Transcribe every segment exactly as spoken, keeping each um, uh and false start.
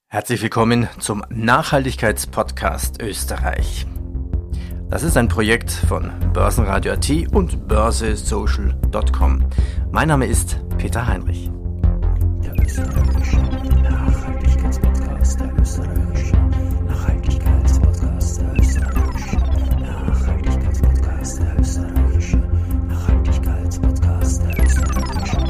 Herzlich willkommen zum Nachhaltigkeitspodcast Österreich. Das ist ein Projekt von Börsenradio Punkt at und börse social Punkt com. Mein Name ist Peter Heinrich. Der österreichische Nachhaltigkeitspodcast, der österreichische Nachhaltigkeitspodcast, der österreichische Nachhaltigkeitspodcast, der österreichische Nachhaltigkeitspodcast, der österreichische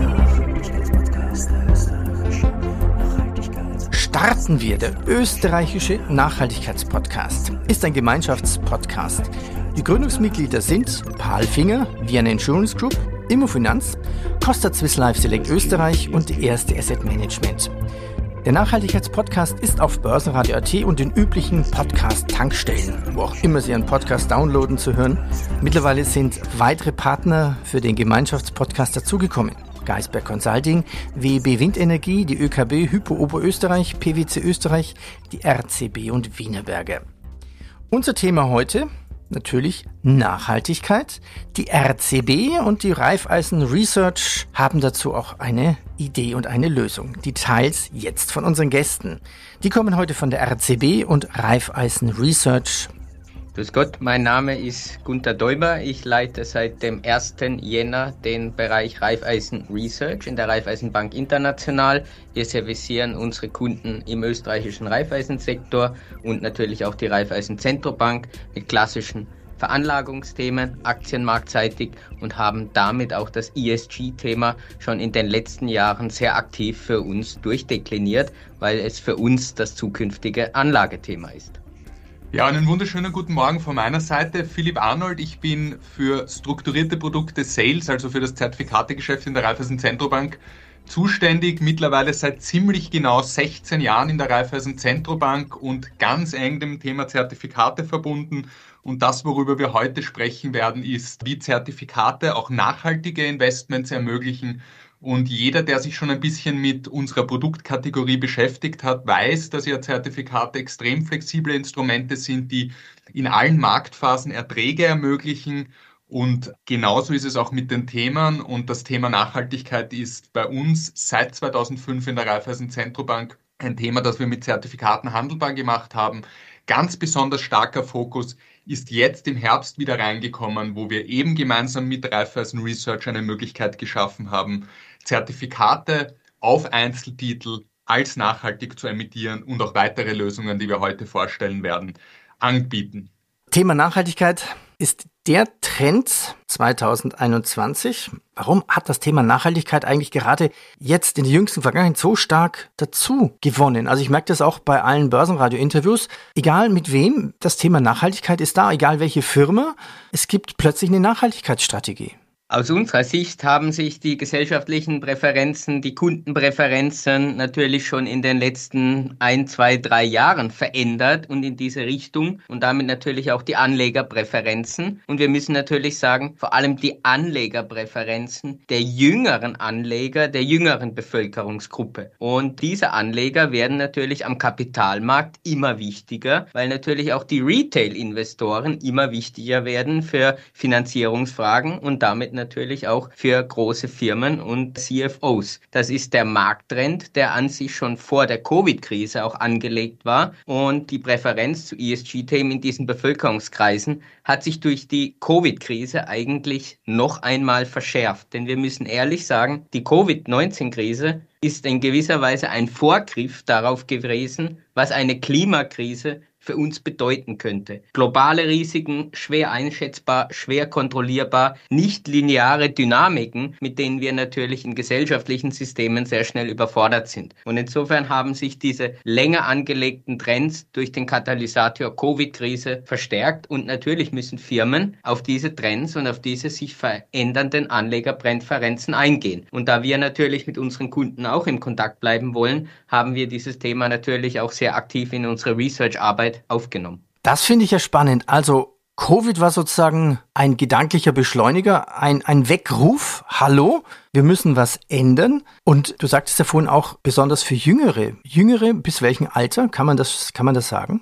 Nachhaltigkeitspodcast, der österreichische Nachhaltigkeitspodcast. Starten wir. Der österreichische Nachhaltigkeitspodcast ist ein Gemeinschaftspodcast. Die Gründungsmitglieder sind Palfinger, Vienna Insurance Group, Immofinanz, Costa Swiss Life Select Österreich und die Erste Asset Management. Der Nachhaltigkeitspodcast ist auf Börsenradio Punkt at und den üblichen Podcast-Tankstellen, wo auch immer Sie Ihren Podcast downloaden, zu hören. Mittlerweile sind weitere Partner für den Gemeinschaftspodcast dazugekommen. Geisberg Consulting, W E B Windenergie, die Ö K B, Hypo Oberösterreich, P W C Österreich, die R C B und Wienerberger. Unser Thema heute, natürlich Nachhaltigkeit. Die R C B und die Raiffeisen Research haben dazu auch eine Idee und eine Lösung. Details jetzt von unseren Gästen. Die kommen heute von der R C B und Raiffeisen Research. Grüß Gott, mein Name ist Gunter Däuber. Ich leite seit dem ersten Jänner den Bereich Raiffeisen Research in der Raiffeisen Bank International. Wir servicieren unsere Kunden im österreichischen Raiffeisen-Sektor und natürlich auch die Raiffeisen Zentrobank mit klassischen Veranlagungsthemen, aktienmarktseitig, und haben damit auch das E S G-Thema schon in den letzten Jahren sehr aktiv für uns durchdekliniert, weil es für uns das zukünftige Anlagethema ist. Ja, einen wunderschönen guten Morgen von meiner Seite. Philipp Arnold, ich bin für strukturierte Produkte Sales, also für das Zertifikategeschäft in der Raiffeisen Zentrobank zuständig. Mittlerweile seit ziemlich genau sechzehn Jahren in der Raiffeisen Zentrobank und ganz eng dem Thema Zertifikate verbunden. Und das, worüber wir heute sprechen werden, ist, wie Zertifikate auch nachhaltige Investments ermöglichen. Und jeder, der sich schon ein bisschen mit unserer Produktkategorie beschäftigt hat, weiß, dass ja Zertifikate extrem flexible Instrumente sind, die in allen Marktphasen Erträge ermöglichen. Und genauso ist es auch mit den Themen. Und das Thema Nachhaltigkeit ist bei uns seit zweitausendfünf in der Raiffeisen Zentrobank ein Thema, das wir mit Zertifikaten handelbar gemacht haben. Ganz besonders starker Fokus ist jetzt im Herbst wieder reingekommen, wo wir eben gemeinsam mit Raiffeisen Research eine Möglichkeit geschaffen haben, Zertifikate auf Einzeltitel als nachhaltig zu emittieren und auch weitere Lösungen, die wir heute vorstellen werden, anbieten. Thema Nachhaltigkeit ist der Trend zweitausendeinundzwanzig. Warum hat das Thema Nachhaltigkeit eigentlich gerade jetzt in der jüngsten Vergangenheit so stark dazu gewonnen? Also ich merke das auch bei allen Börsenradio-Interviews. Egal mit wem, das Thema Nachhaltigkeit ist da, egal welche Firma, es gibt plötzlich eine Nachhaltigkeitsstrategie. Aus unserer Sicht haben sich die gesellschaftlichen Präferenzen, die Kundenpräferenzen natürlich schon in den letzten ein, zwei, drei Jahren verändert und in diese Richtung und damit natürlich auch die Anlegerpräferenzen. Und wir müssen natürlich sagen, vor allem die Anlegerpräferenzen der jüngeren Anleger, der jüngeren Bevölkerungsgruppe. Und diese Anleger werden natürlich am Kapitalmarkt immer wichtiger, weil natürlich auch die Retail-Investoren immer wichtiger werden für Finanzierungsfragen und damit natürlich auch für große Firmen und C F Os. Das ist der Markttrend, der an sich schon vor der Covid-Krise auch angelegt war, und die Präferenz zu E S G-Themen in diesen Bevölkerungskreisen hat sich durch die Covid-Krise eigentlich noch einmal verschärft. Denn wir müssen ehrlich sagen, die Covid neunzehn Krise ist in gewisser Weise ein Vorgriff darauf gewesen, was eine Klimakrise für uns bedeuten könnte. Globale Risiken, schwer einschätzbar, schwer kontrollierbar, nicht lineare Dynamiken, mit denen wir natürlich in gesellschaftlichen Systemen sehr schnell überfordert sind. Und insofern haben sich diese länger angelegten Trends durch den Katalysator Covid-Krise verstärkt, und natürlich müssen Firmen auf diese Trends und auf diese sich verändernden Anlegerpräferenzen eingehen. Und da wir natürlich mit unseren Kunden auch im Kontakt bleiben wollen, haben wir dieses Thema natürlich auch sehr aktiv in unsere Research-Arbeit aufgenommen. Das finde ich ja spannend. Also Covid war sozusagen ein gedanklicher Beschleuniger, ein, ein Weckruf. Hallo, wir müssen was ändern. Und du sagtest ja vorhin auch, besonders für Jüngere. Jüngere, bis welchem Alter? Kann man das, kann man das sagen?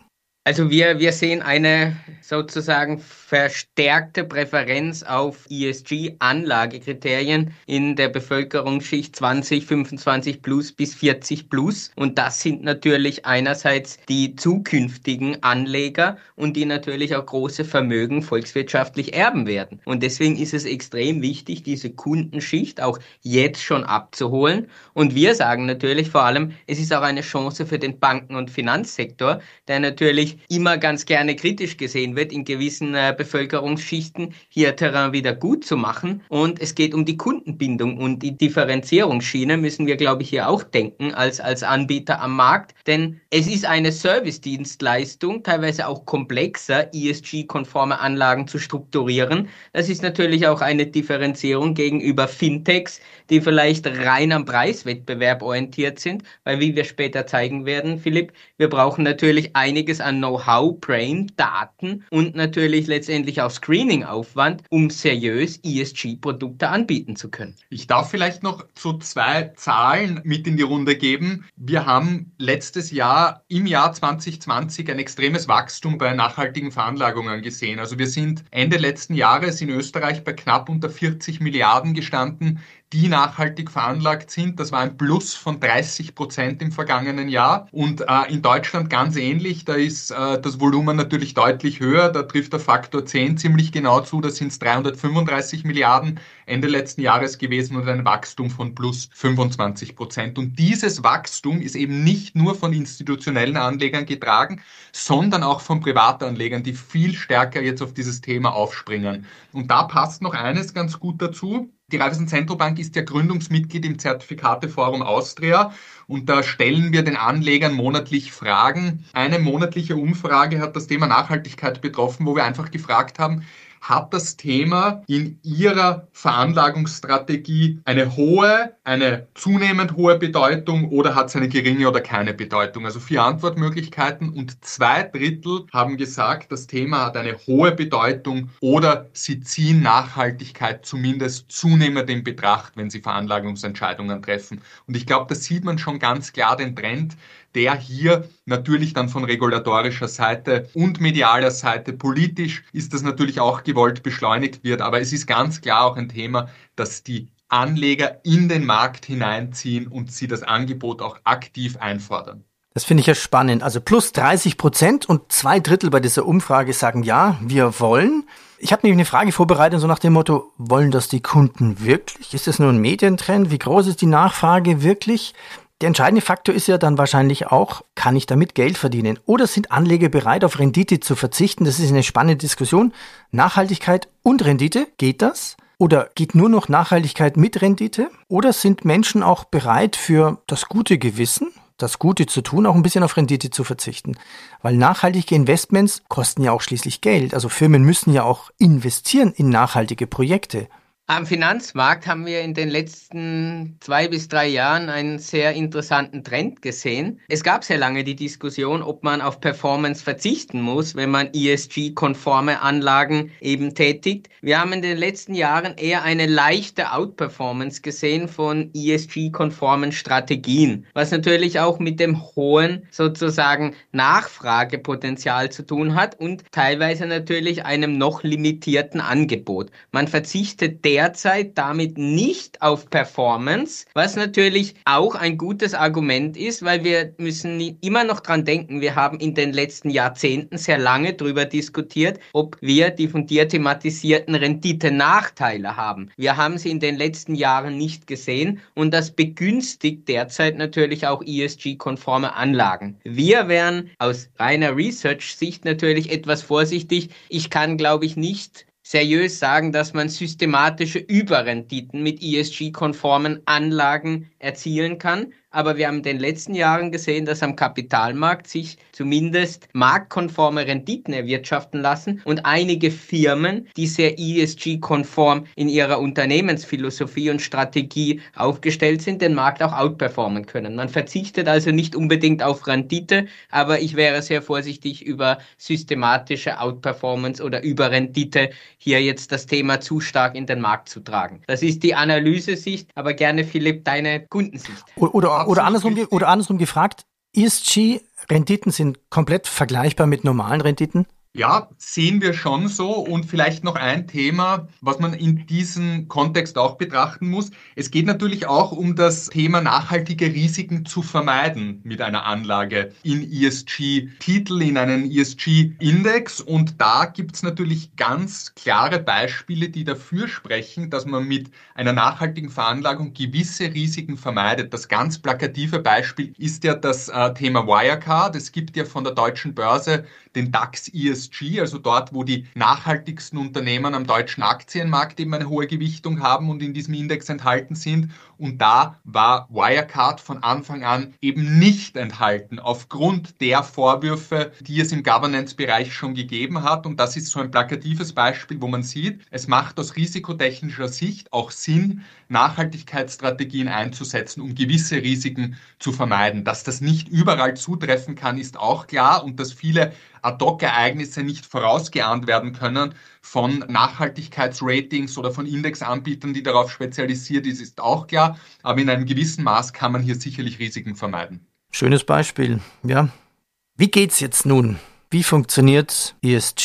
Also wir, wir sehen eine sozusagen verstärkte Präferenz auf E S G-Anlagekriterien in der Bevölkerungsschicht zwanzig, fünfundzwanzig plus bis vierzig plus. Und das sind natürlich einerseits die zukünftigen Anleger und die natürlich auch große Vermögen volkswirtschaftlich erben werden. Und deswegen ist es extrem wichtig, diese Kundenschicht auch jetzt schon abzuholen. Und wir sagen natürlich vor allem, es ist auch eine Chance für den Banken- und Finanzsektor, der natürlich immer ganz gerne kritisch gesehen wird in gewissen äh, Bevölkerungsschichten, hier Terrain wieder gut zu machen. Und es geht um die Kundenbindung und die Differenzierungsschiene müssen wir, glaube ich, hier auch denken als, als Anbieter am Markt. Denn es ist eine Service-Dienstleistung, teilweise auch komplexer, E S G-konforme Anlagen zu strukturieren. Das ist natürlich auch eine Differenzierung gegenüber Fintechs, die vielleicht rein am Preiswettbewerb orientiert sind, weil wie wir später zeigen werden, Philipp, wir brauchen natürlich einiges an Know-how, Brain, Daten und natürlich letztendlich auch Screening-Aufwand, um seriös E S G-Produkte anbieten zu können. Ich darf vielleicht noch so zwei Zahlen mit in die Runde geben. Wir haben letztes Jahr im Jahr zwanzig zwanzig ein extremes Wachstum bei nachhaltigen Veranlagungen gesehen. Also wir sind Ende letzten Jahres in Österreich bei knapp unter vierzig Milliarden gestanden, die nachhaltig veranlagt sind. Das war ein Plus von dreißig Prozent im vergangenen Jahr. Und äh, in Deutschland ganz ähnlich. Da ist äh, das Volumen natürlich deutlich höher. Da trifft der Faktor zehn ziemlich genau zu. Da sind es dreihundertfünfunddreißig Milliarden Ende letzten Jahres gewesen und ein Wachstum von plus fünfundzwanzig Prozent. Und dieses Wachstum ist eben nicht nur von institutionellen Anlegern getragen, sondern auch von Privatanlegern, die viel stärker jetzt auf dieses Thema aufspringen. Und da passt noch eines ganz gut dazu. Die Raiffeisen Zentrobank ist ja Gründungsmitglied im Zertifikateforum Austria und da stellen wir den Anlegern monatlich Fragen. Eine monatliche Umfrage hat das Thema Nachhaltigkeit betroffen, wo wir einfach gefragt haben, hat das Thema in Ihrer Veranlagungsstrategie eine hohe, eine zunehmend hohe Bedeutung oder hat es eine geringe oder keine Bedeutung? Also vier Antwortmöglichkeiten und zwei Drittel haben gesagt, das Thema hat eine hohe Bedeutung oder sie ziehen Nachhaltigkeit zumindest zunehmend in Betracht, wenn sie Veranlagungsentscheidungen treffen. Und ich glaube, da sieht man schon ganz klar den Trend, der hier natürlich dann von regulatorischer Seite und medialer Seite politisch ist das natürlich auch gewollt beschleunigt wird. Aber es ist ganz klar auch ein Thema, dass die Anleger in den Markt hineinziehen und sie das Angebot auch aktiv einfordern. Das finde ich ja spannend. Also plus dreißig Prozent und zwei Drittel bei dieser Umfrage sagen ja, wir wollen. Ich habe nämlich eine Frage vorbereitet, so nach dem Motto, wollen das die Kunden wirklich? Ist das nur ein Medientrend? Wie groß ist die Nachfrage wirklich? Der entscheidende Faktor ist ja dann wahrscheinlich auch, kann ich damit Geld verdienen? Oder sind Anleger bereit, auf Rendite zu verzichten? Das ist eine spannende Diskussion. Nachhaltigkeit und Rendite, geht das? Oder geht nur noch Nachhaltigkeit mit Rendite? Oder sind Menschen auch bereit, für das gute Gewissen, das Gute zu tun, auch ein bisschen auf Rendite zu verzichten? Weil nachhaltige Investments kosten ja auch schließlich Geld. Also Firmen müssen ja auch investieren in nachhaltige Projekte. Am Finanzmarkt haben wir in den letzten zwei bis drei Jahren einen sehr interessanten Trend gesehen. Es gab sehr lange die Diskussion, ob man auf Performance verzichten muss, wenn man E S G-konforme Anlagen eben tätigt. Wir haben in den letzten Jahren eher eine leichte Outperformance gesehen von E S G-konformen Strategien, was natürlich auch mit dem hohen sozusagen Nachfragepotenzial zu tun hat und teilweise natürlich einem noch limitierten Angebot. Man verzichtet derzeit damit nicht auf Performance, was natürlich auch ein gutes Argument ist, weil wir müssen immer noch dran denken, wir haben in den letzten Jahrzehnten sehr lange darüber diskutiert, ob wir die von dir thematisierten Rendite-Nachteile haben. Wir haben sie in den letzten Jahren nicht gesehen und das begünstigt derzeit natürlich auch E S G-konforme Anlagen. Wir wären aus reiner Research-Sicht natürlich etwas vorsichtig. Ich kann, glaube ich, nicht seriös sagen, dass man systematische Überrenditen mit E S G-konformen Anlagen erzielen kann. Aber wir haben in den letzten Jahren gesehen, dass am Kapitalmarkt sich zumindest marktkonforme Renditen erwirtschaften lassen und einige Firmen, die sehr E S G-konform in ihrer Unternehmensphilosophie und Strategie aufgestellt sind, den Markt auch outperformen können. Man verzichtet also nicht unbedingt auf Rendite, aber ich wäre sehr vorsichtig über systematische Outperformance oder Überrendite hier jetzt das Thema zu stark in den Markt zu tragen. Das ist die Analysesicht, aber gerne, Philipp, deine Kundensicht. Oder, oder, oder, andersrum, oder andersrum gefragt, E S G Renditen sind komplett vergleichbar mit normalen Renditen? Ja, sehen wir schon so. Und vielleicht noch ein Thema, was man in diesem Kontext auch betrachten muss. Es geht natürlich auch um das Thema nachhaltige Risiken zu vermeiden mit einer Anlage in E S G-Titel, in einen E S G-Index. Und da gibt es natürlich ganz klare Beispiele, die dafür sprechen, dass man mit einer nachhaltigen Veranlagung gewisse Risiken vermeidet. Das ganz plakative Beispiel ist ja das äh, Thema Wirecard. Es gibt ja von der deutschen Börse den DAX E S G, also dort, wo die nachhaltigsten Unternehmen am deutschen Aktienmarkt eben eine hohe Gewichtung haben und in diesem Index enthalten sind. Und da war Wirecard von Anfang an eben nicht enthalten, aufgrund der Vorwürfe, die es im Governance-Bereich schon gegeben hat. Und das ist so ein plakatives Beispiel, wo man sieht, es macht aus risikotechnischer Sicht auch Sinn, Nachhaltigkeitsstrategien einzusetzen, um gewisse Risiken zu vermeiden. Dass das nicht überall zutreffen kann, ist auch klar, und dass viele Ad-hoc-Ereignisse nicht vorausgeahnt werden können von Nachhaltigkeitsratings oder von Indexanbietern, die darauf spezialisiert sind, ist auch klar. Aber in einem gewissen Maß kann man hier sicherlich Risiken vermeiden. Schönes Beispiel, ja. Wie geht's jetzt nun? Wie funktioniert E S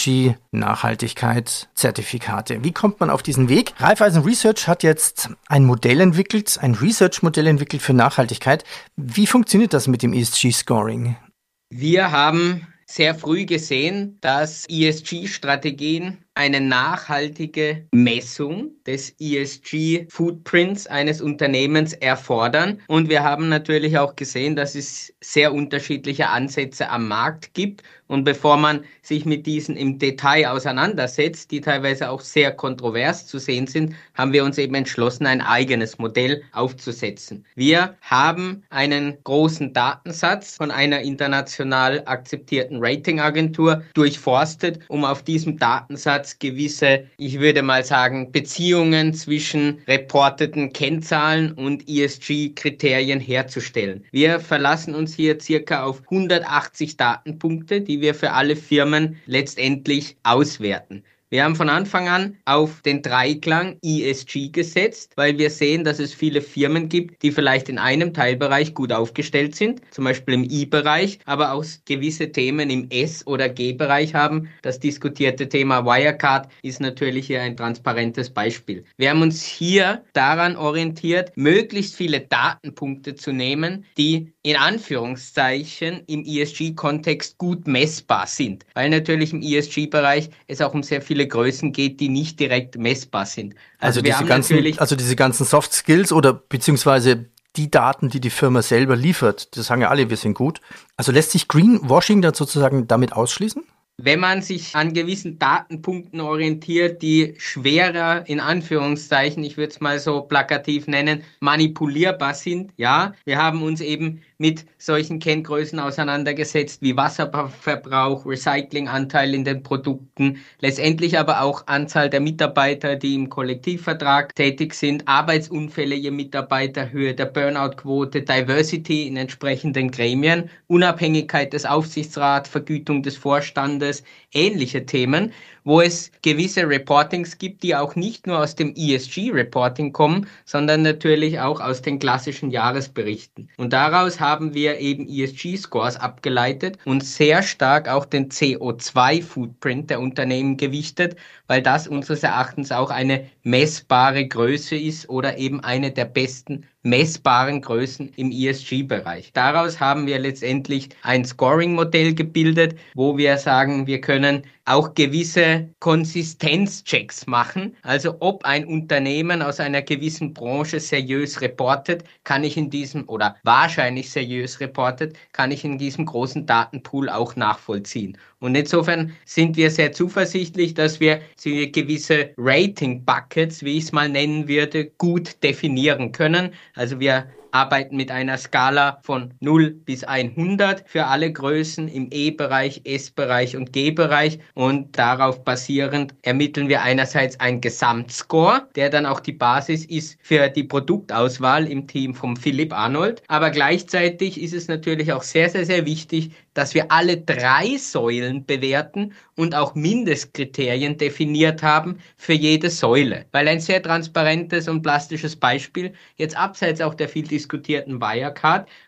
G, Nachhaltigkeit, Zertifikate? Wie kommt man auf diesen Weg? Raiffeisen Research hat jetzt ein Modell entwickelt, ein Research-Modell entwickelt für Nachhaltigkeit. Wie funktioniert das mit dem E S G-Scoring? Wir haben sehr früh gesehen, dass E S G-Strategien eine nachhaltige Messung des E S G-Footprints eines Unternehmens erfordern. Und wir haben natürlich auch gesehen, dass es sehr unterschiedliche Ansätze am Markt gibt. Und bevor man sich mit diesen im Detail auseinandersetzt, die teilweise auch sehr kontrovers zu sehen sind, haben wir uns eben entschlossen, ein eigenes Modell aufzusetzen. Wir haben einen großen Datensatz von einer international akzeptierten Ratingagentur durchforstet, um auf diesem Datensatz gewisse, ich würde mal sagen, Beziehungen zwischen reporteten Kennzahlen und E S G-Kriterien herzustellen. Wir verlassen uns hier circa auf hundertachtzig Datenpunkte, die wir für alle Firmen letztendlich auswerten. Wir haben von Anfang an auf den Dreiklang E S G gesetzt, weil wir sehen, dass es viele Firmen gibt, die vielleicht in einem Teilbereich gut aufgestellt sind, zum Beispiel im I-Bereich, aber auch gewisse Themen im S- oder G-Bereich haben. Das diskutierte Thema Wirecard ist natürlich hier ein transparentes Beispiel. Wir haben uns hier daran orientiert, möglichst viele Datenpunkte zu nehmen, die in Anführungszeichen im E S G-Kontext gut messbar sind, weil natürlich im E S G-Bereich es auch um sehr viele Größen geht, die nicht direkt messbar sind. Also, Also wir diese haben ganzen, natürlich also diese ganzen Soft Skills oder beziehungsweise die Daten, die die Firma selber liefert, das sagen ja alle, wir sind gut. Also lässt sich Greenwashing dann sozusagen damit ausschließen? Wenn man sich an gewissen Datenpunkten orientiert, die schwerer, in Anführungszeichen, ich würde es mal so plakativ nennen, manipulierbar sind, ja, wir haben uns eben mit solchen Kenngrößen auseinandergesetzt wie Wasserverbrauch, Recyclinganteil in den Produkten, letztendlich aber auch Anzahl der Mitarbeiter, die im Kollektivvertrag tätig sind, Arbeitsunfälle je Mitarbeiter, Höhe der Burnout-Quote, Diversity in entsprechenden Gremien, Unabhängigkeit des Aufsichtsrats, Vergütung des Vorstandes, ähnliche Themen, wo es gewisse Reportings gibt, die auch nicht nur aus dem E S G-Reporting kommen, sondern natürlich auch aus den klassischen Jahresberichten. Und daraus haben wir eben E S G-Scores abgeleitet und sehr stark auch den C O zwei Footprint der Unternehmen gewichtet, weil das unseres Erachtens auch eine messbare Größe ist oder eben eine der besten messbaren Größen im E S G-Bereich. Daraus haben wir letztendlich ein Scoring-Modell gebildet, wo wir sagen, wir können auch gewisse Konsistenzchecks machen. Also ob ein Unternehmen aus einer gewissen Branche seriös reportet, kann ich in diesem, oder wahrscheinlich seriös reportet, kann ich in diesem großen Datenpool auch nachvollziehen. Und insofern sind wir sehr zuversichtlich, dass wir gewisse Rating-Buckets, wie ich es mal nennen würde, gut definieren können. Also wir arbeiten mit einer Skala von null bis hundert für alle Größen im E-Bereich, S-Bereich und G-Bereich und darauf basierend ermitteln wir einerseits einen Gesamtscore, der dann auch die Basis ist für die Produktauswahl im Team von Philipp Arnold, aber gleichzeitig ist es natürlich auch sehr, sehr, sehr wichtig, dass wir alle drei Säulen bewerten und auch Mindestkriterien definiert haben für jede Säule. Weil ein sehr transparentes und plastisches Beispiel, jetzt abseits auch der viel diskutierten Wirecard,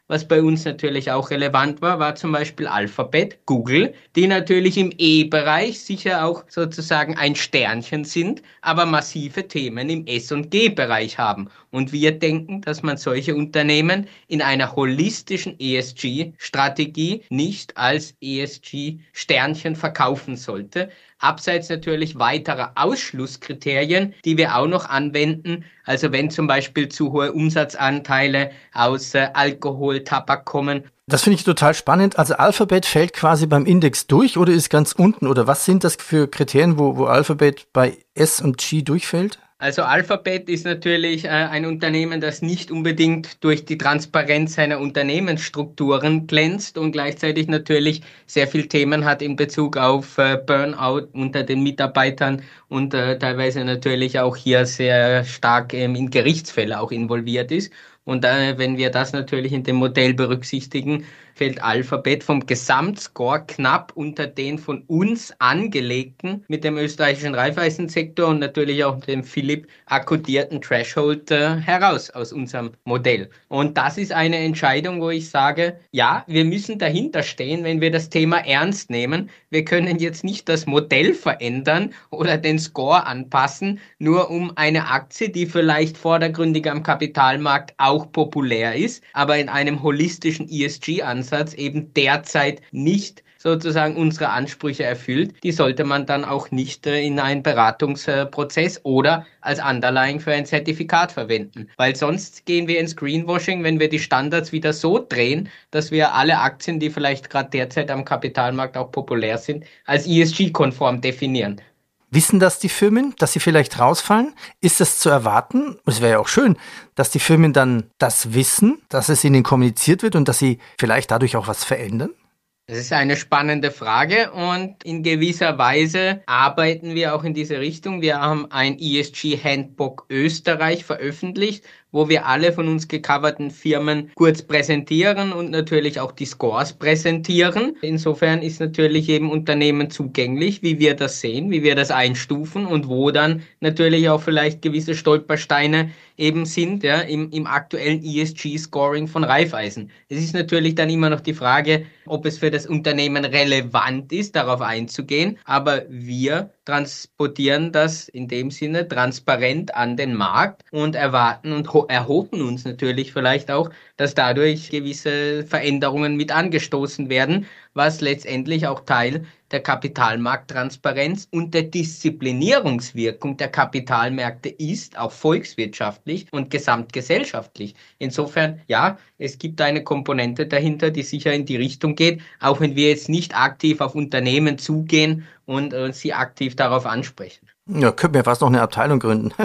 Was bei uns natürlich auch relevant war, war zum Beispiel Alphabet, Google, die natürlich im E-Bereich sicher auch sozusagen ein Sternchen sind, aber massive Themen im S- und G-Bereich haben. Und wir denken, dass man solche Unternehmen in einer holistischen E S G-Strategie nicht als E S G-Sternchen verkaufen sollte. Abseits natürlich weiterer Ausschlusskriterien, die wir auch noch anwenden. Also wenn zum Beispiel zu hohe Umsatzanteile aus äh, Alkohol, Tabak kommen. Das finde ich total spannend. Also Alphabet fällt quasi beim Index durch oder ist ganz unten? Oder was sind das für Kriterien, wo, wo Alphabet bei S und G durchfällt? Also Alphabet ist natürlich äh, ein Unternehmen, das nicht unbedingt durch die Transparenz seiner Unternehmensstrukturen glänzt und gleichzeitig natürlich sehr viel Themen hat in Bezug auf äh, Burnout unter den Mitarbeitern und äh, teilweise natürlich auch hier sehr stark ähm, in Gerichtsfälle auch involviert ist. Und äh, wenn wir das natürlich in dem Modell berücksichtigen, fällt Alphabet vom Gesamtscore knapp unter den von uns angelegten mit dem österreichischen Raiffeisensektor und natürlich auch dem Philipp akkodierten Threshold äh, heraus aus unserem Modell. Und das ist eine Entscheidung, wo ich sage, ja, wir müssen dahinter stehen, wenn wir das Thema ernst nehmen. Wir können jetzt nicht das Modell verändern oder den Score anpassen, nur um eine Aktie, die vielleicht vordergründig am Kapitalmarkt auch populär ist, aber in einem holistischen E S G-Ansatz eben derzeit nicht sozusagen unsere Ansprüche erfüllt, die sollte man dann auch nicht äh, in einen Beratungsprozess oder als Underlying für ein Zertifikat verwenden. Weil sonst gehen wir ins Greenwashing, wenn wir die Standards wieder so drehen, dass wir alle Aktien, die vielleicht gerade derzeit am Kapitalmarkt auch populär sind, als E S G-konform definieren. Wissen das die Firmen, dass sie vielleicht rausfallen? Ist das zu erwarten? Es wäre ja auch schön, dass die Firmen dann das wissen, dass es ihnen kommuniziert wird und dass sie vielleicht dadurch auch was verändern? Das ist eine spannende Frage und in gewisser Weise arbeiten wir auch in diese Richtung. Wir haben ein E S G-Handbook Österreich veröffentlicht, wo wir alle von uns gecoverten Firmen kurz präsentieren und natürlich auch die Scores präsentieren. Insofern ist natürlich jedem Unternehmen zugänglich, wie wir das sehen, wie wir das einstufen und wo dann natürlich auch vielleicht gewisse Stolpersteine eben sind, ja, im, im aktuellen E S G-Scoring von Raiffeisen. Es ist natürlich dann immer noch die Frage, ob es für das Unternehmen relevant ist, darauf einzugehen, aber wir transportieren das in dem Sinne transparent an den Markt und erwarten und ho- erhoffen uns natürlich vielleicht auch, dass dadurch gewisse Veränderungen mit angestoßen werden, was letztendlich auch Teil der Kapitalmarkttransparenz und der Disziplinierungswirkung der Kapitalmärkte ist, auch volkswirtschaftlich und gesamtgesellschaftlich. Insofern, ja, es gibt eine Komponente dahinter, die sicher in die Richtung geht, auch wenn wir jetzt nicht aktiv auf Unternehmen zugehen und äh, sie aktiv darauf ansprechen. Ja, könnten wir fast noch eine Abteilung gründen.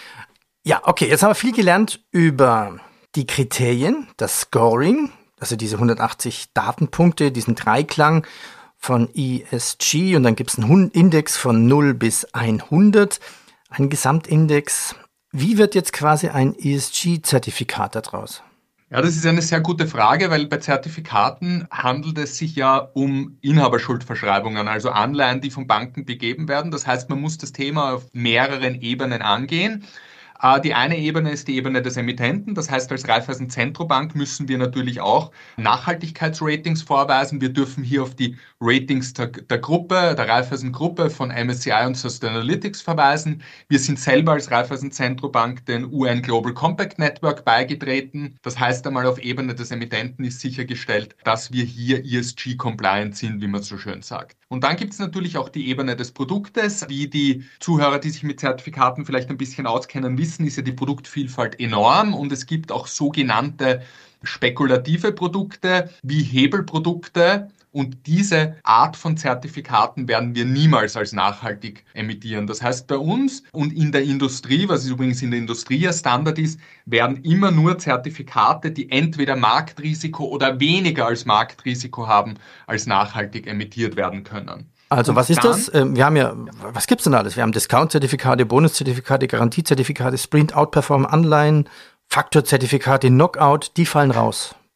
Ja, okay, jetzt haben wir viel gelernt über die Kriterien, das Scoring, also diese hundertachtzig Datenpunkte, diesen Dreiklang von E S G und dann gibt es einen Index von null bis hundert, einen Gesamtindex. Wie wird jetzt quasi ein E S G-Zertifikat daraus? Ja, das ist eine sehr gute Frage, weil bei Zertifikaten handelt es sich ja um Inhaberschuldverschreibungen, also Anleihen, die von Banken begeben werden. Das heißt, man muss das Thema auf mehreren Ebenen angehen. Die eine Ebene ist die Ebene des Emittenten. Das heißt, als Raiffeisen Zentrobank müssen wir natürlich auch Nachhaltigkeitsratings vorweisen. Wir dürfen hier auf die Ratings der, der Gruppe, der Raiffeisen Gruppe von M S C I und Sustainalytics verweisen. Wir sind selber als Raiffeisen Zentrobank den U N Global Compact Network beigetreten. Das heißt einmal, auf Ebene des Emittenten ist sichergestellt, dass wir hier E S G-compliant sind, wie man so schön sagt. Und dann gibt es natürlich auch die Ebene des Produktes. Wie die Zuhörer, die sich mit Zertifikaten vielleicht ein bisschen auskennen, wissen, ist ja die Produktvielfalt enorm und es gibt auch sogenannte spekulative Produkte wie Hebelprodukte. Und diese Art von Zertifikaten werden wir niemals als nachhaltig emittieren. Das heißt, bei uns und in der Industrie, was übrigens in der Industrie ja Standard ist, werden immer nur Zertifikate, die entweder Marktrisiko oder weniger als Marktrisiko haben, als nachhaltig emittiert werden können. Also und was ist dann, das? Wir haben ja, was gibt's denn alles? Wir haben Discount-Zertifikate, Bonuszertifikate, Garantiezertifikate, Sprint Outperform Anleihen, Faktorzertifikate, Knockout, die fallen raus.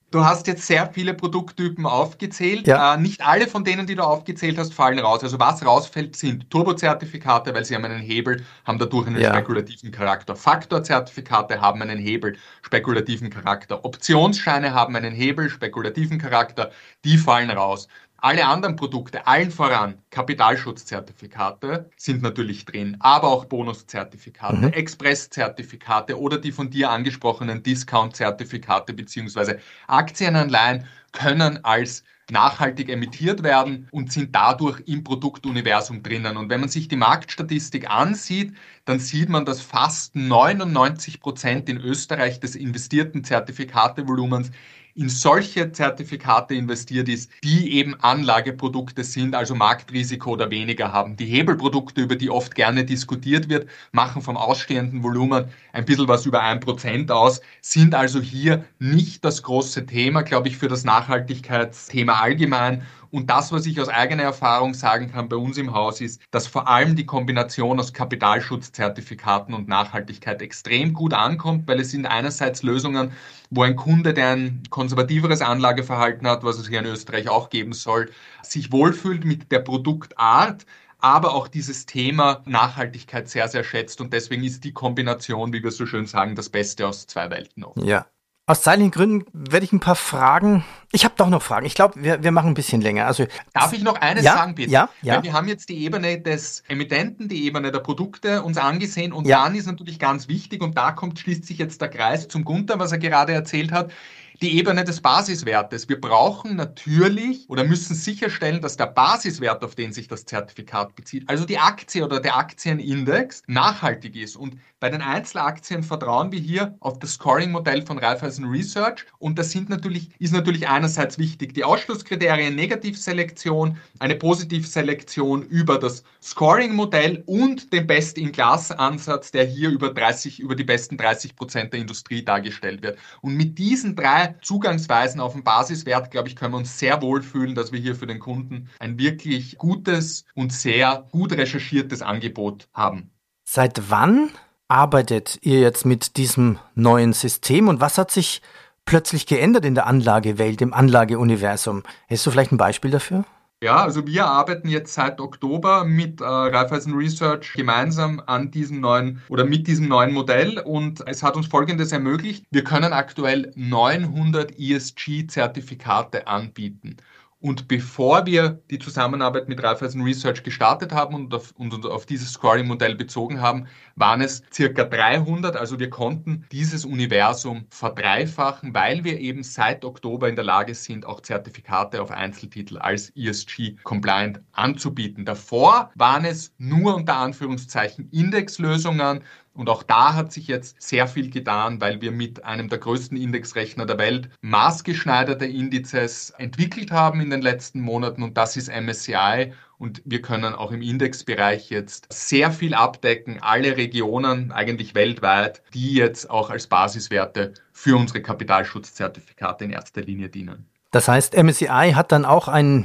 Du hast jetzt sehr viele Produkttypen aufgezählt. Ja. Äh, nicht alle von denen, die du aufgezählt hast, fallen raus. Also was rausfällt, sind Turbozertifikate, weil sie haben einen Hebel, haben dadurch einen Ja. spekulativen Charakter. Faktorzertifikate haben einen Hebel, spekulativen Charakter. Optionsscheine haben einen Hebel, spekulativen Charakter. Die fallen raus. Alle anderen Produkte, allen voran Kapitalschutzzertifikate, sind natürlich drin, aber auch Bonuszertifikate, Mhm. Expresszertifikate oder die von dir angesprochenen Discount-Zertifikate bzw. Aktienanleihen können als nachhaltig emittiert werden und sind dadurch im Produktuniversum drinnen. Und wenn man sich die Marktstatistik ansieht, dann sieht man, dass fast neunundneunzig Prozent in Österreich des investierten Zertifikatevolumens in solche Zertifikate investiert ist, die eben Anlageprodukte sind, also Marktrisiko oder weniger haben. Die Hebelprodukte, über die oft gerne diskutiert wird, machen vom ausstehenden Volumen ein bisschen was über ein Prozent aus, sind also hier nicht das große Thema, glaube ich, für das Nachhaltigkeitsthema allgemein. Und das, was ich aus eigener Erfahrung sagen kann bei uns im Haus, ist, dass vor allem die Kombination aus Kapitalschutzzertifikaten und Nachhaltigkeit extrem gut ankommt, weil es sind einerseits Lösungen, wo ein Kunde, der ein konservativeres Anlageverhalten hat, was es hier in Österreich auch geben soll, sich wohlfühlt mit der Produktart, aber auch dieses Thema Nachhaltigkeit sehr, sehr schätzt. Und deswegen ist die Kombination, wie wir so schön sagen, das Beste aus zwei Welten oft. Ja. Aus zeitlichen Gründen werde ich ein paar Fragen. Ich habe doch noch Fragen. Ich glaube, wir, wir machen ein bisschen länger. Also, Darf ich noch eines ja, sagen, bitte? Ja, ja. Weil wir haben jetzt die Ebene des Emittenten, die Ebene der Produkte uns angesehen und Ja. dann ist natürlich ganz wichtig und da kommt, schließt sich jetzt der Kreis zum Gunther, was er gerade erzählt hat, die Ebene des Basiswertes. Wir brauchen natürlich oder müssen sicherstellen, dass der Basiswert, auf den sich das Zertifikat bezieht, also die Aktie oder der Aktienindex, nachhaltig ist. Und bei den Einzelaktien vertrauen wir hier auf das Scoring-Modell von Raiffeisen Research. Und das sind natürlich, ist natürlich einerseits wichtig, die Ausschlusskriterien Negativselektion, eine Positivselektion über das Scoring-Modell und den Best-in-Class-Ansatz, der hier über dreißig, über die besten dreißig Prozent der Industrie dargestellt wird. Und mit diesen drei Zugangsweisen auf den Basiswert, glaube ich, können wir uns sehr wohl fühlen, dass wir hier für den Kunden ein wirklich gutes und sehr gut recherchiertes Angebot haben. Seit wann arbeitet ihr jetzt mit diesem neuen System und was hat sich plötzlich geändert in der Anlagewelt, im Anlageuniversum? Hast du vielleicht ein Beispiel dafür? Ja, also wir arbeiten jetzt seit Oktober mit äh, Raiffeisen Research gemeinsam an diesem neuen oder mit diesem neuen Modell und es hat uns Folgendes ermöglicht. Wir können aktuell neunhundert E S G-Zertifikate anbieten. Und bevor wir die Zusammenarbeit mit Raiffeisen Research gestartet haben und auf, und auf dieses Scoring-Modell bezogen haben, waren es circa dreihundert. Also wir konnten dieses Universum verdreifachen, weil wir eben seit Oktober in der Lage sind, auch Zertifikate auf Einzeltitel als E S G-compliant anzubieten. Davor waren es nur unter Anführungszeichen Indexlösungen. Und auch da hat sich jetzt sehr viel getan, weil wir mit einem der größten Indexrechner der Welt maßgeschneiderte Indizes entwickelt haben in den letzten Monaten und das ist M S C I. Und wir können auch im Indexbereich jetzt sehr viel abdecken, alle Regionen eigentlich weltweit, die jetzt auch als Basiswerte für unsere Kapitalschutzzertifikate in erster Linie dienen. Das heißt, M S C I hat dann auch einen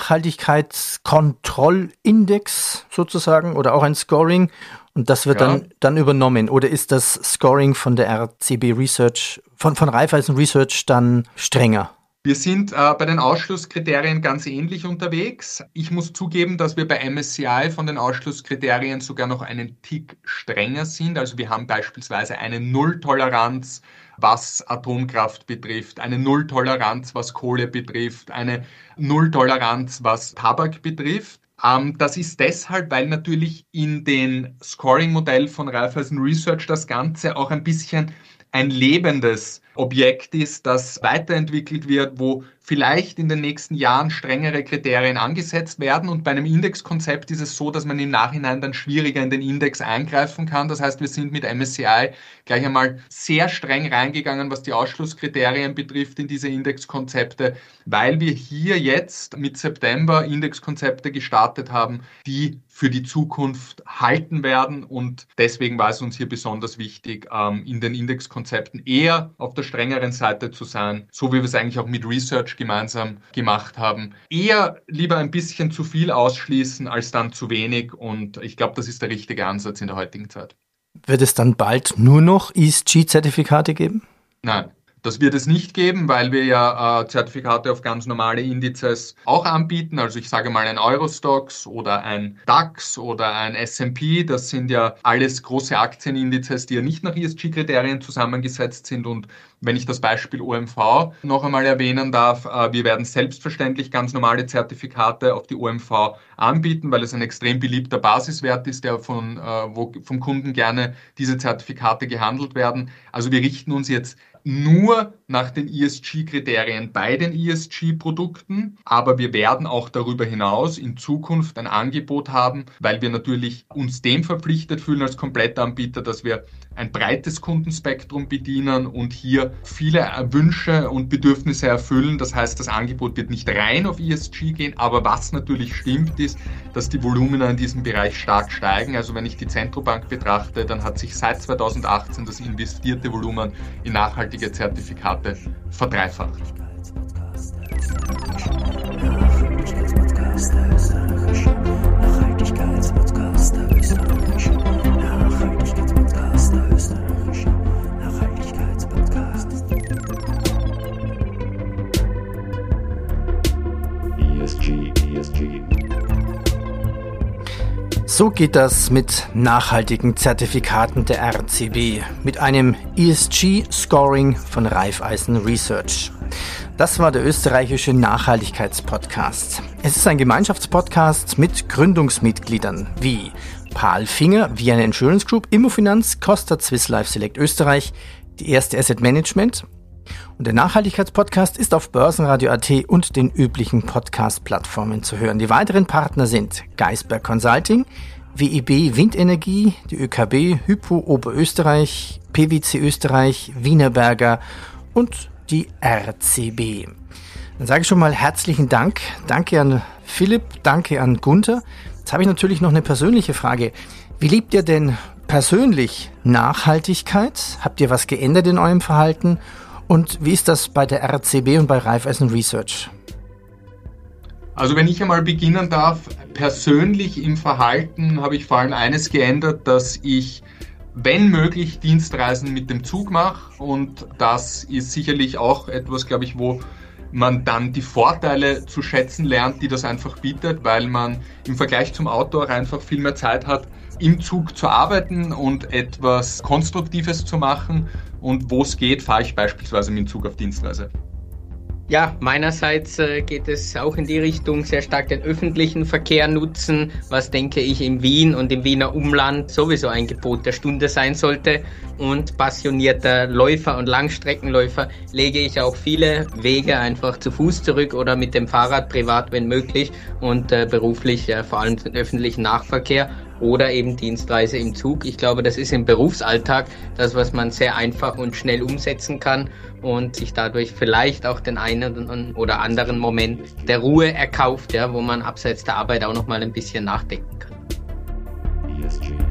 Nachhaltigkeitskontrollindex sozusagen oder auch ein Scoring und das wird ja. dann, dann übernommen. Oder ist das Scoring von der R C B Research, von, von Raiffeisen Research dann strenger? Wir sind äh, bei den Ausschlusskriterien ganz ähnlich unterwegs. Ich muss zugeben, dass wir bei M S C I von den Ausschlusskriterien sogar noch einen Tick strenger sind. Also wir haben beispielsweise eine Nulltoleranz, was Atomkraft betrifft, eine Nulltoleranz, was Kohle betrifft, eine Nulltoleranz, was Tabak betrifft. Ähm, das ist deshalb, weil natürlich in den Scoring-Modell von Raiffeisen Research das Ganze auch ein bisschen ein lebendes Objekt ist, das weiterentwickelt wird, wo vielleicht in den nächsten Jahren strengere Kriterien angesetzt werden. Und bei einem Indexkonzept ist es so, dass man im Nachhinein dann schwieriger in den Index eingreifen kann. Das heißt, wir sind mit M S C I gleich einmal sehr streng reingegangen, was die Ausschlusskriterien betrifft in diese Indexkonzepte, weil wir hier jetzt mit September Indexkonzepte gestartet haben, die für die Zukunft halten werden. Und deswegen war es uns hier besonders wichtig, in den Indexkonzepten eher auf der strengeren Seite zu sein, so wie wir es eigentlich auch mit Research gemeinsam gemacht haben. Eher lieber ein bisschen zu viel ausschließen, als dann zu wenig. Und ich glaube, das ist der richtige Ansatz in der heutigen Zeit. Wird es dann bald nur noch E S G-Zertifikate geben? Nein. Das wird es nicht geben, weil wir ja äh, Zertifikate auf ganz normale Indizes auch anbieten. Also ich sage mal ein Eurostoxx oder ein DAX oder ein S and P. Das sind ja alles große Aktienindizes, die ja nicht nach E S G-Kriterien zusammengesetzt sind. Und wenn ich das Beispiel O M V noch einmal erwähnen darf, äh, wir werden selbstverständlich ganz normale Zertifikate auf die O M V anbieten, weil es ein extrem beliebter Basiswert ist, der von, äh, wo vom Kunden gerne diese Zertifikate gehandelt werden. Also wir richten uns jetzt nur nach den E S G-Kriterien bei den E S G-Produkten, aber wir werden auch darüber hinaus in Zukunft ein Angebot haben, weil wir natürlich uns dem verpflichtet fühlen als Komplettanbieter, dass wir ein breites Kundenspektrum bedienen und hier viele Wünsche und Bedürfnisse erfüllen. Das heißt, das Angebot wird nicht rein auf E S G gehen, aber was natürlich stimmt ist, dass die Volumina in diesem Bereich stark steigen. Also wenn ich die Zentrobank betrachte, dann hat sich seit zweitausendachtzehn das investierte Volumen in nachhaltige Zertifikate verdreifacht. Nachhaltigkeitspodcast der österreichischen Nachhaltigkeitspodcast der österreichischen Nachhaltigkeitspodcast der österreichischen Nachhaltigkeitspodcast. E S G, E S G. So geht das mit nachhaltigen Zertifikaten der R C B, mit einem E S G-Scoring von Raiffeisen Research. Das war der österreichische Nachhaltigkeitspodcast. Es ist ein Gemeinschaftspodcast mit Gründungsmitgliedern wie PALFINGER, Vienna Insurance Group, Immofinanz, Costa Swiss Life Select Österreich, die erste Asset Management. Und der Nachhaltigkeitspodcast ist auf Börsenradio Punkt at und den üblichen Podcast-Plattformen zu hören. Die weiteren Partner sind Geisberg Consulting, W E B Windenergie, die Ö K B, Hypo Oberösterreich, P W C Österreich, Wienerberger und die R C B. Dann sage ich schon mal herzlichen Dank. Danke an Philipp, danke an Gunther. Jetzt habe ich natürlich noch eine persönliche Frage. Wie lebt ihr denn persönlich Nachhaltigkeit? Habt ihr was geändert in eurem Verhalten? Und wie ist das bei der R C B und bei Raiffeisen Research? Also wenn ich einmal beginnen darf, persönlich im Verhalten habe ich vor allem eines geändert, dass ich, wenn möglich, Dienstreisen mit dem Zug mache. Und das ist sicherlich auch etwas, glaube ich, wo man dann die Vorteile zu schätzen lernt, die das einfach bietet, weil man im Vergleich zum Auto auch einfach viel mehr Zeit hat, im Zug zu arbeiten und etwas Konstruktives zu machen. Und wo es geht, fahre ich beispielsweise mit dem Zug auf Dienstreise. Ja, meinerseits äh, geht es auch in die Richtung, sehr stark den öffentlichen Verkehr nutzen, was, denke ich, in Wien und im Wiener Umland sowieso ein Gebot der Stunde sein sollte. Und passionierter Läufer und Langstreckenläufer lege ich auch viele Wege einfach zu Fuß zurück oder mit dem Fahrrad privat, wenn möglich, und äh, beruflich äh, vor allem den öffentlichen Nahverkehr oder eben Dienstreise im Zug. Ich glaube, das ist im Berufsalltag das, was man sehr einfach und schnell umsetzen kann und sich dadurch vielleicht auch den einen oder anderen Moment der Ruhe erkauft, ja, wo man abseits der Arbeit auch noch mal ein bisschen nachdenken kann. E S G.